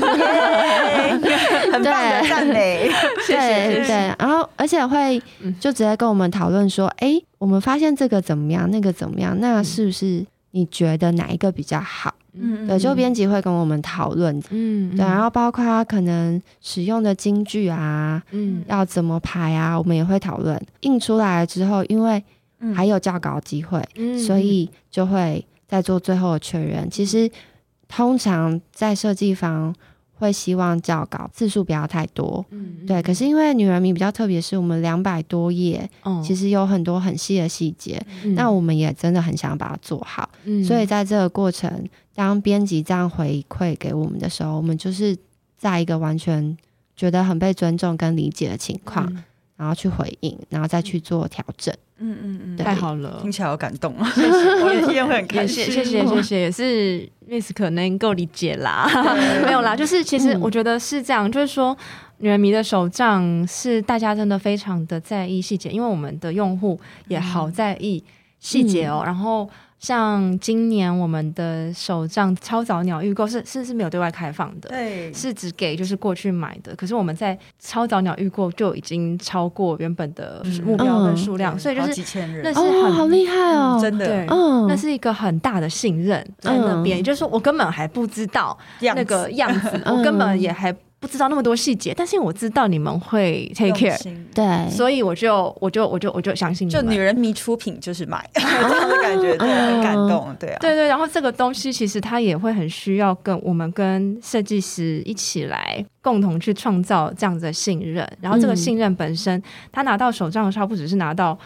很棒的赞美， 对对对，然后而且会就直接跟我们讨论说，哎、欸，我们发现这个怎么样，那个怎么样，那是不是你觉得哪一个比较好？嗯，对，就编辑会跟我们讨论，嗯，对，然后包括可能使用的金句啊，嗯，要怎么排啊，我们也会讨论。印出来之后，因为还有校稿机会，嗯，所以就会再做最后的确认。其实通常在设计方。会希望校稿字数不要太多，嗯，对。可是因为女人迷比较特别，是我们两百多页，哦，其实有很多很细的细节，嗯，那我们也真的很想把它做好，嗯，所以在这个过程，当编辑这样回馈给我们的时候，我们就是在一个完全觉得很被尊重跟理解的情况，嗯，然后去回应，然后再去做调整。嗯嗯嗯，太好了， 听起来好感动啊！谢谢，我的体验会很开心。 谢谢谢谢，也是 Miss 可能够理解啦，没有啦，就是其实我觉得是这样，嗯、就是说女人迷的手账是大家真的非常的在意细节，因为我们的用户也好在意细节哦，嗯、然后。像今年我们的手账超早鸟预购是是是没有对外开放的， 对， 是只给就是过去买的。可是我们在超早鸟预购就已经超过原本的目标跟数量，嗯、所以就是那是很、 哦、好厉害哦， 嗯、真的， 对，嗯，那是一个很大的信任在那边。也就是说，我根本还不知道那个样子，我根本也还。不知道那么多细节，但是我知道你们会 take care， 对， 所以我就我就我就我就相信你们。 就女人迷出品就是买这样的感觉，对，很感动，对啊， 对对。然后这个东西其实它也会很需要跟我们跟设计师一起来共同去创造这样子的信任。然后这个信任本身，他拿到手账的时候，不只是拿到。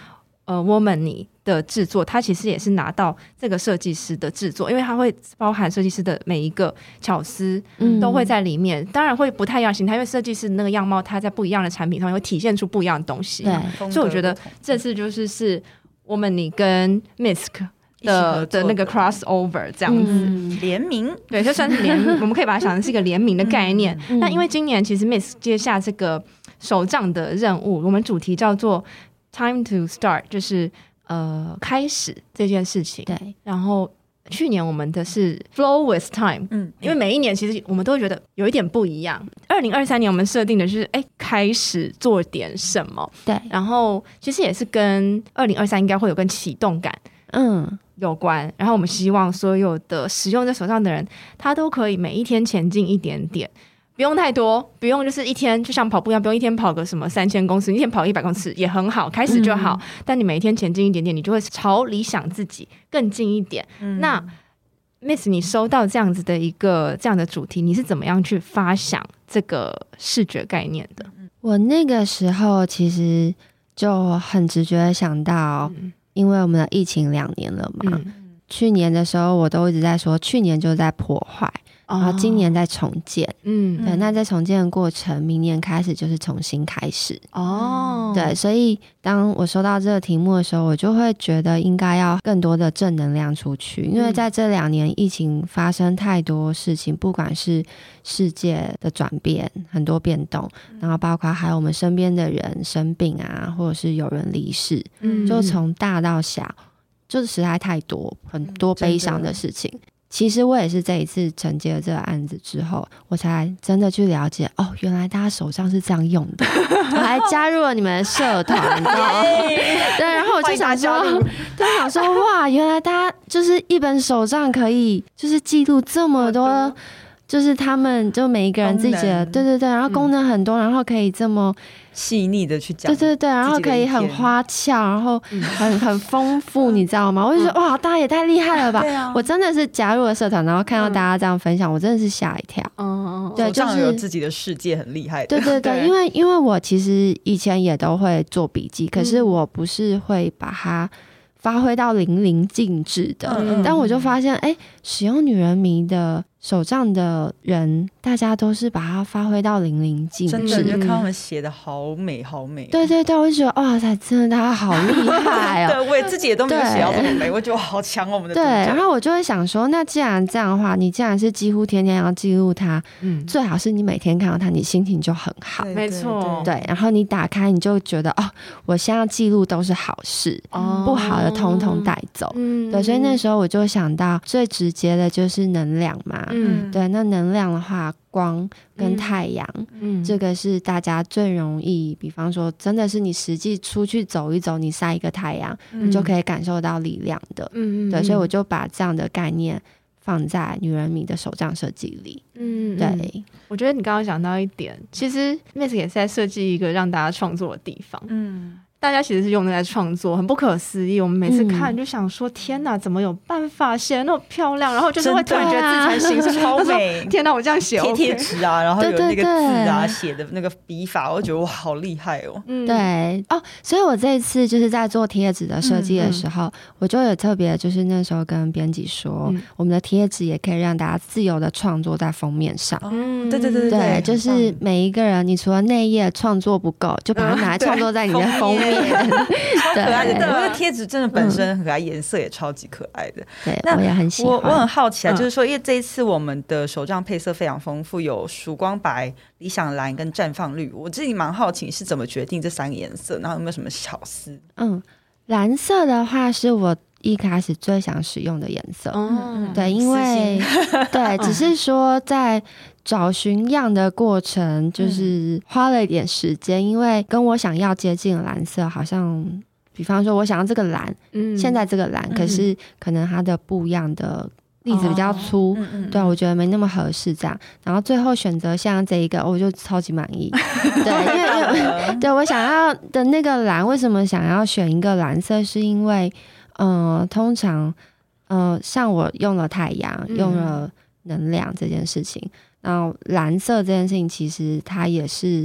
呃 Woman 的制作，它其实也是拿到这个设计师的制作，因为它会包含设计师的每一个巧思都会在里面、嗯、当然会不太一样形态，因为设计师那个样貌它在不一样的产品上会体现出不一样的东西，对，所以我觉得这次就是是 Woman 跟 Misk的, 的那个 crossover 这样子、嗯、 联名， 对，就算是联名我们可以把它想成是一个联名的概念、嗯、那因为今年其实 Misk 接下这个手账的任务，我们主题叫做 Time to Start， 就是呃开始这件事情， 对， 然后去年我们的是 Flow with Time， 嗯，因为每一年其实我们都会觉得有一点不一样。二零二三年我们设定的是，哎，开始做点什么， 对， 然后其实也是跟二零二三应该会有跟启动感，嗯。有关，然后我们希望所有的使用在手上的人，他都可以每一天前进一点点，不用太多，不用就是一天就像跑步一样，不用一天跑个什么三千公尺，一天跑一百公尺也很好，开始就好、嗯、但你每一天前进一点点，你就会朝理想自己更近一点、嗯、那 Miss 你收到这样子的一个这样的主题，你是怎么样去发想这个视觉概念的？ 我那个时候其实就很直觉的想到、嗯，因为我们的疫情两年了嘛、嗯、去年的时候我都一直在说去年就在破坏、哦、然后今年在重建，嗯，对，那在重建的过程明年开始就是重新开始哦，对，所以当我收到这个题目的时候，我就会觉得应该要更多的正能量出去，因为在这两年疫情发生太多事情，不管是世界的转变很多变动，然后包括还有我们身边的人生病啊，或者是有人离世、嗯、就从大到小就是实在太多很多悲伤的事情、嗯、其实我也是这一次承接了这个案子之后，我才真的去了解，哦，原来大家手账是这样用的我还加入了你们的社团你知道吗对，然后我就想说就想说哇，原来大家就是一本手账可以就是记录这么多，就是他们就每一个人自己的，对对对，然后功能很多、嗯、然后可以这么细腻的去讲， 对对对，然后可以很花俏，然后很很丰富你知道吗？我就觉得哇，大家也太厉害了吧、啊、我真的是加入了社团，然后看到大家这样分享、嗯、我真的是吓一跳，嗯， 对，就是有自己的世界很厉害的， 对对 对, 对，因为因为我其实以前也都会做笔记，可是我不是会把它发挥到淋漓尽致的、嗯、但我就发现哎，使用女人迷的手账的人，大家都是把它发挥到淋漓尽致， 真的就看他们写的好美好美、啊、 对对对，我就觉得哇塞，真的大家好厉害哦对，我也自己也都没有写到这么美，我觉得好强哦，我们的对，然后我就会想说，那既然这样的话，你既然是几乎天天要记录它、嗯、最好是你每天看到它你心情就很好， 没错， 对，然后你打开你就觉得哦，我现在记录都是好事、哦、不好的通通带走、嗯、对，所以那时候我就想到最直接的就是能量嘛，嗯，对，那能量的话，光跟太阳、嗯、这个是大家最容易，比方说真的是你实际出去走一走，你晒一个太阳、嗯、你就可以感受到力量的，嗯，对，所以我就把这样的概念放在女人迷的手账设计里，嗯，对、嗯、 我觉得你刚刚讲到一点，其实 Misk 也是在设计一个让大家创作的地方，嗯，大家其实是用在创作，很不可思议。我们每次看就想说，嗯、天哪，怎么有办法写得那么漂亮？然后就是会突然觉得自惭形秽， 超美。 天哪，我这样写贴贴纸啊，然后有那个字啊，写的那个笔法，我就觉得哇，好厉害哦。 嗯，对哦，所以我这一次就是在做贴纸的设计的时候，嗯嗯、我就有特别就是那时候跟编辑说、嗯，我们的贴纸也可以让大家自由的创作在封面上。 嗯，对对对对对，就是每一个人，你除了内页创作不够，就把它拿来创作在你的封面。 超可爱的，对，那个贴纸真的本身很可爱，颜、嗯、色也超级可爱的。 对，那我也很喜欢。 我我很好奇啊、嗯，就是说，因为这一次我们的手账配色非常丰富，有曙光白、理想蓝跟绽放绿。我自己蛮好奇是怎么决定这三个颜色，然后有没有什么巧思？ 嗯，蓝色的话是我一开始最想使用的颜色。嗯，对，因为对，只是说在找寻样的过程就是花了一点时间、嗯、因为跟我想要接近的蓝色好像比方说我想要这个蓝、嗯、现在这个蓝、嗯、可是可能它的不一样的粒子比较粗、哦嗯嗯、对，我觉得没那么合适这样，然后最后选择像这一个我就超级满意对，因为因为对我想要的那个蓝，为什么想要选一个蓝色，是因为嗯、呃，通常嗯、呃，像我用了太阳、嗯、用了能量这件事情，然后蓝色这件事情其实它也是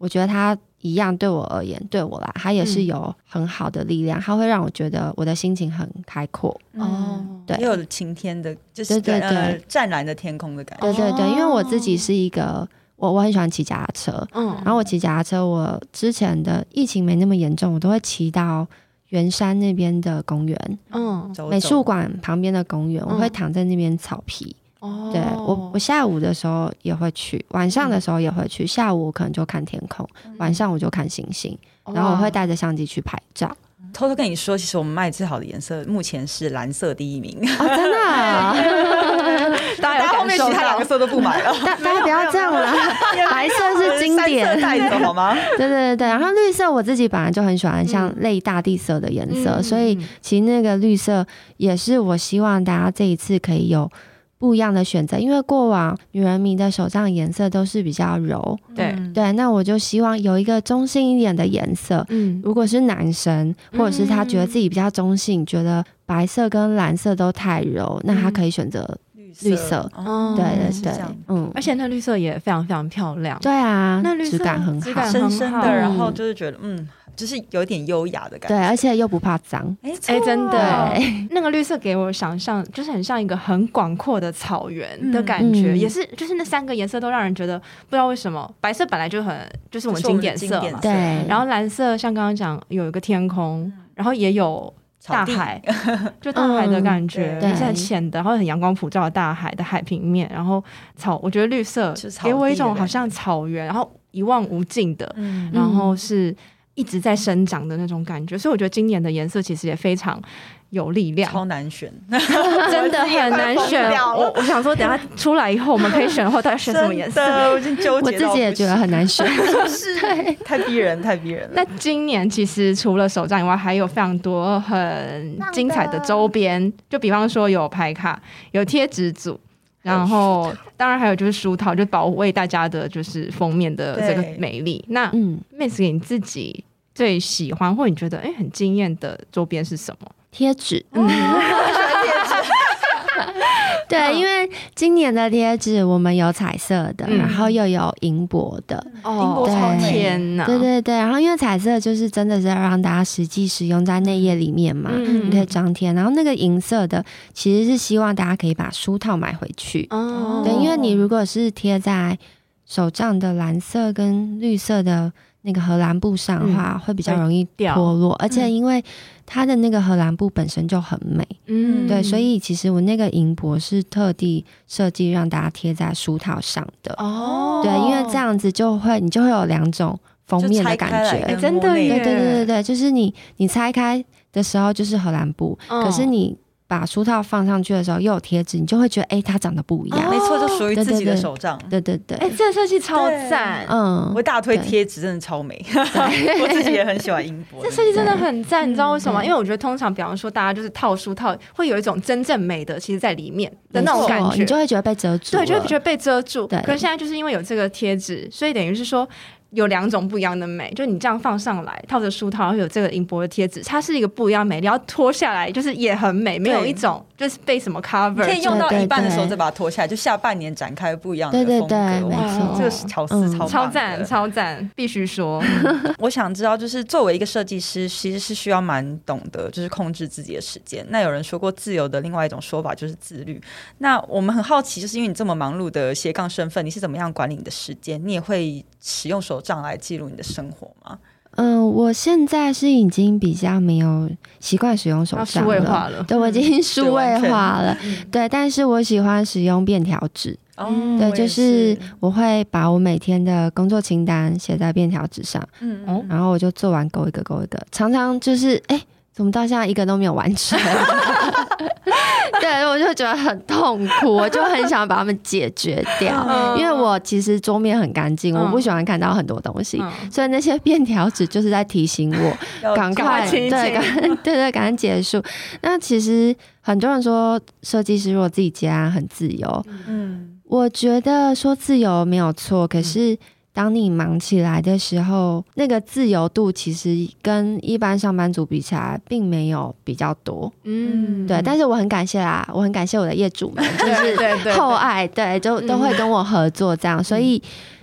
我觉得它一样对我而言，对我啦，它也是有很好的力量，它会让我觉得我的心情很开阔。 哦、嗯，对，也有晴天的，就是对对对、 呃、湛蓝的天空的感觉。 对对对，因为我自己是一个。我我很喜欢骑脚踏车，嗯，然后我骑脚踏车，我之前的疫情没那么严重，我都会骑到圆山那边的公园，嗯，美术馆旁边的公园，我会躺在那边草皮。哦，对我我下午的时候也会去，晚上的时候也会去，下午我可能就看天空，晚上我就看星星，然后我会带着相机去拍照。 偷偷跟你说，其实我们卖最好的颜色目前是蓝色第一名。 哦，真的、啊？ 大家后面其他两个色都不买了。 大大家不要这样啦，白色是经典， 带走好吗？ 对对对，然后绿色我自己本来就很喜欢像类大地色的颜色，嗯、所以其实那个绿色也是我希望大家这一次可以有不一样的选择，因为过往女人迷的手账颜色都是比较柔， 对对，那我就希望有一个中性一点的颜色。嗯，如果是男生，或者是他觉得自己比较中性，嗯、觉得白色跟蓝色都太柔，那他可以选择绿色。哦，对对对， 嗯，而且那绿色也非常非常漂亮。 对啊， 那绿色质感很好， 深深的，然后就是觉得嗯。就是有点优雅的感觉， 对，而且又不怕脏。 哎、欸欸，真的，那个绿色给我想象，就是很像一个很广阔的草原的感觉，嗯、也是，就是那三个颜色都让人觉得不知道为什么，白色本来就很就是我们经典色嘛， 对， 然后蓝色像刚刚讲有一个天空，然后也有大海，就大海的感觉，也、嗯、是很浅的，然后很阳光普照的大海的海平面，然后草，我觉得绿色给我一种好像草原，然后一望无尽的，嗯、然后是。一直在生长的那种感觉，所以我觉得今年的颜色其实也非常有力量， 超难选， 真的很难选。我我想说，等一下出来以后，我们可以选的话，到底选什么颜色？ 我已经纠结， 我自己也觉得很难选， 是太逼人，太逼人了。 那今年其实除了手账以外，还有非常多很精彩的周边，就比方说有牌卡，有贴纸组。然后当然还有就是书套，就保卫大家的就是封面的这个美丽。那嗯 Miss 你自己最喜欢或你觉得哎很惊艳的周边是什么？ 贴纸。嗯对，因为今年的贴纸我们有彩色的，嗯、然后又有银箔的， 哦，银箔超天哪！ 对对对，然后因为彩色就是真的是要让大家实际使用在内页里面嘛，嗯、你可以张贴。然后那个银色的其实是希望大家可以把书套买回去，哦，对，因为你如果是贴在手账的蓝色跟绿色的那个荷兰布上的话，嗯、会比较容易脱落，而且因为它的那个荷兰布本身就很美，嗯，对，所以其实我那个银箔是特地设计让大家贴在书套上的，哦，对，因为这样子就会你就会有两种封面的感觉， 欸、真的耶， 对对对对对，就是你你拆开的时候就是荷兰布，哦、可是你把书套放上去的时候又有贴纸，你就会觉得哎、欸，它长得不一样， 哦、没错，就属于自己的手账， 对对对， 哎、欸，这个设计超赞， 嗯，我大推贴纸真的超美，我自己也很喜欢银箔， 这设计真的很赞，你知道为什么吗？因为我觉得通常比方说大家就是套书套，会有一种真正美的，其实在里面的那种感觉， 你就会觉得被遮住， 对，就会觉得被遮住。可是现在就是因为有这个贴纸，所以等于是说。有两种不一样的美，就你这样放上来，套着书套，然后有这个银箔的贴纸，它是一个不一样的美。你要脱下来，就是也很美，没有一种就是被什么 cover， 可以用到一半的时候再把它脱下来，就下半年展开不一样的风格。 对对对，没错， 这个巧思超棒的、嗯、 超赞超赞，必须说。 我想知道，就是作为一个设计师，其实是需要蛮懂得，就是控制自己的时间。那有人说过，自由的另外一种说法就是自律。那我们很好奇，就是因为你这么忙碌的斜杠身份，你是怎么样管理你的时间？你也会使用手账来记录你的生活吗？ 嗯，我现在是已经比较没有习惯使用手账了， 数位化了， 对，我已经数位化了，对，对，但是我喜欢使用便条纸，嗯，对，就是我会把我每天的工作清单写在便条纸上，嗯，然后我就做完勾一个勾一个，常常就是哎。欸怎么到现在一个都没有完成？对，我就觉得很痛苦，我就很想把它们解决掉。嗯、因为我其实桌面很干净，嗯、我不喜欢看到很多东西，嗯、所以那些便条纸就是在提醒我赶快对赶对对赶快结束。那其实很多人说设计师如果自己接案很自由，嗯，我觉得说自由没有错，可是。当你忙起来的时候，那个自由度其实跟一般上班族比起来并没有比较多，嗯，对，但是我很感谢啦，我很感谢我的业主们，就是厚爱，对，就都会跟我合作这样，所以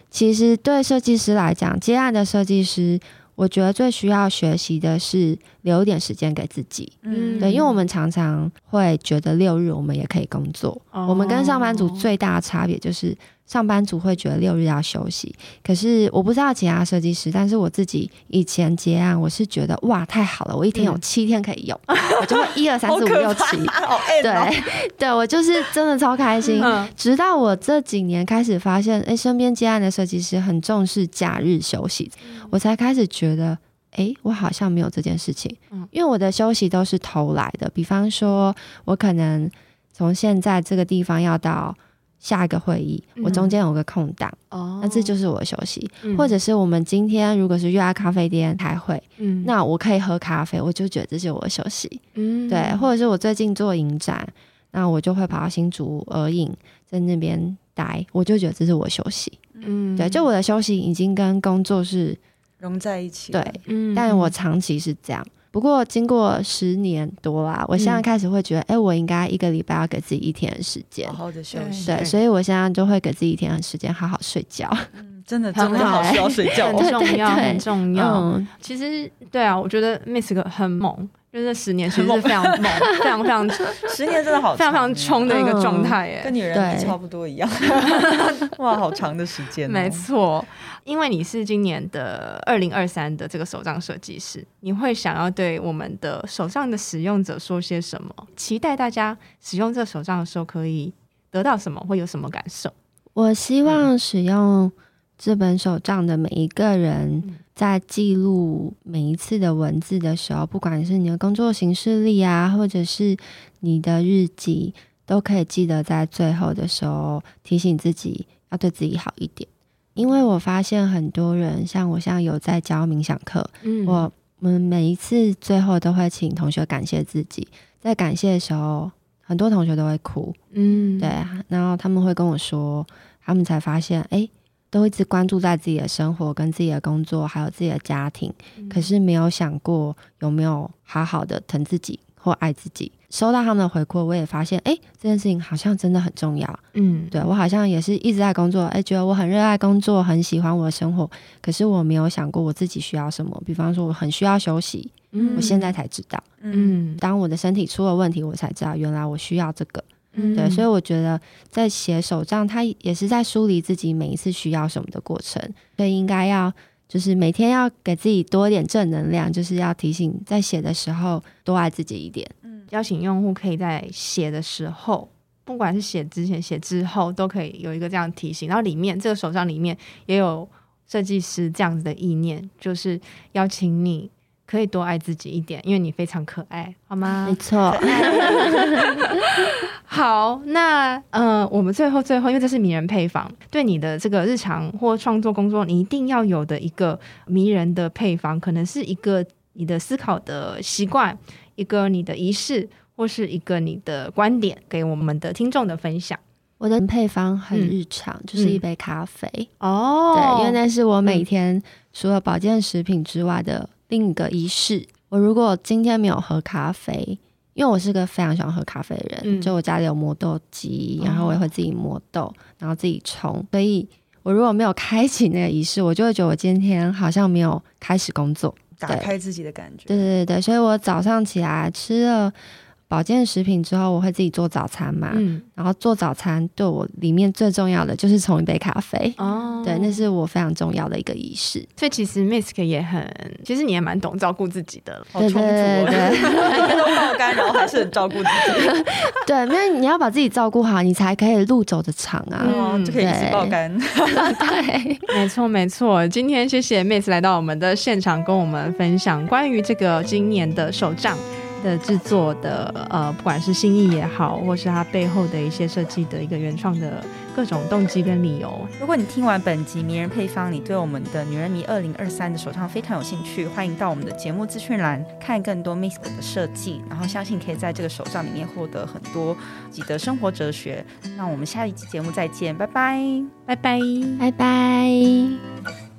其实对设计师来讲，接案的设计师我觉得最需要学习的是留一点时间给自己。嗯，对，因为我们常常会觉得六日我们也可以工作，哦，我们跟上班族最大的差别就是上班族会觉得六日要休息，可是我不知道其他设计师，但是我自己以前结案我是觉得哇太好了，我一天有七天可以用，嗯，我就会一二三四五六七，对对，我就是真的超开心，嗯，直到我这几年开始发现，哎，身边接案的设计师很重视假日休息，嗯，我才开始觉得哎，我好像没有这件事情，嗯，因为我的休息都是偷来的，比方说我可能从现在这个地方要到下一个会议，嗯，我中间有个空档，哦，那这就是我的休息，嗯，或者是我们今天如果是约在咖啡店开会，嗯，那我可以喝咖啡，我就觉得这就是我的休息，嗯，对，或者是我最近做影展，那我就会跑到新竹耳影在那边待，我就觉得这是我的休息，嗯，对，就我的休息已经跟工作是融在一起， 对，嗯，但我长期是这样。不过经过十年多啦，我现在开始会觉得，哎，嗯，我应该一个礼拜要给自己一天的时间， 好好的休息。 对，所以我现在就会给自己一天的时间，好好睡觉。 嗯，真的真的好需要睡觉， 很重要，很重要。 嗯， 其实对啊，我觉得 Misk 很猛。就是十年其实是非常猛非常非常十年真的好长， 非常非常冲的一个状态耶， 嗯，跟女人差不多一样。哇，好长的时间，哦， 没错。因为你是今年的二零二三的这个手账设计师，你会想要对我们的手账的使用者说些什么？期待大家使用这个手账的时候可以得到什么，会有什么感受？ 我希望使用这本手账的每一个人，在记录每一次的文字的时候，不管是你的工作行事历啊，或者是你的日记，都可以记得在最后的时候提醒自己要对自己好一点。因为我发现很多人，像我现在有在教冥想课，嗯，我们每一次最后都会请同学感谢自己，在感谢的时候很多同学都会哭，嗯，对，然后他们会跟我说他们才发现哎，都一直关注在自己的生活跟自己的工作还有自己的家庭，嗯，可是没有想过有没有好好的疼自己或爱自己。收到他们的回馈，我也发现哎，这件事情好像真的很重要，嗯，对，我好像也是一直在工作，哎，觉得我很热爱工作，很喜欢我的生活，可是我没有想过我自己需要什么，比方说我很需要休息，嗯，我现在才知道，嗯，当我的身体出了问题，我才知道原来我需要这个，嗯，对，所以我觉得在写手账它也是在梳理自己每一次需要什么的过程，所以应该要就是每天要给自己多一点正能量，就是要提醒在写的时候多爱自己一点， 嗯，邀请用户可以在写的时候，不管是写之前写之后都可以有一个这样提醒，然后里面这个手账里面也有设计师这样子的意念，就是邀请你可以多爱自己一点，因为你非常可爱，好吗？ 没错。 好，那呃，我们最后最后，因为这是迷人配方，对你的这个日常或创作工作，你一定要有的一个迷人的配方，可能是一个你的思考的习惯，一个你的仪式，或是一个你的观点，给我们的听众的分享。 我的配方很日常，嗯，就是一杯咖啡哦，对，因为那是我每天除了保健食品之外的另一个仪式。我如果今天没有喝咖啡，因为我是个非常喜欢喝咖啡的人，嗯，就我家里有磨豆机，然后我也会自己磨豆，然后自己冲，所以我如果没有开启那个仪式，我就会觉得我今天好像没有开始工作， 打开自己的感觉。 对对对，所以我早上起来吃了保健食品之后，我会自己做早餐嘛，嗯，然后做早餐对我里面最重要的就是冲一杯咖啡哦，对，那是我非常重要的一个仪式。 所以其实 Misk 也很，其实你也蛮懂照顾自己的， 好充足哦，对对对，都爆肝，然后还是很照顾自己。 对，因为你要把自己照顾好，你才可以路走得长啊， 嗯，就可以一直爆肝。 对， 没错没错。今天谢谢 Misk 来到我们的现场，跟我们分享关于这个今年的手账的制作的呃，不管是心意也好，或是它背后的一些设计的一个原创的各种动机跟理由。 如果你听完本集迷人配方，你对我们的女人迷二零二三的手账非常有兴趣，欢迎到我们的节目资讯栏看更多 Misk 的设计，然后相信可以在这个手账里面获得很多自己的生活哲学。那我们下一期节目再见，拜拜， 拜拜， 拜拜。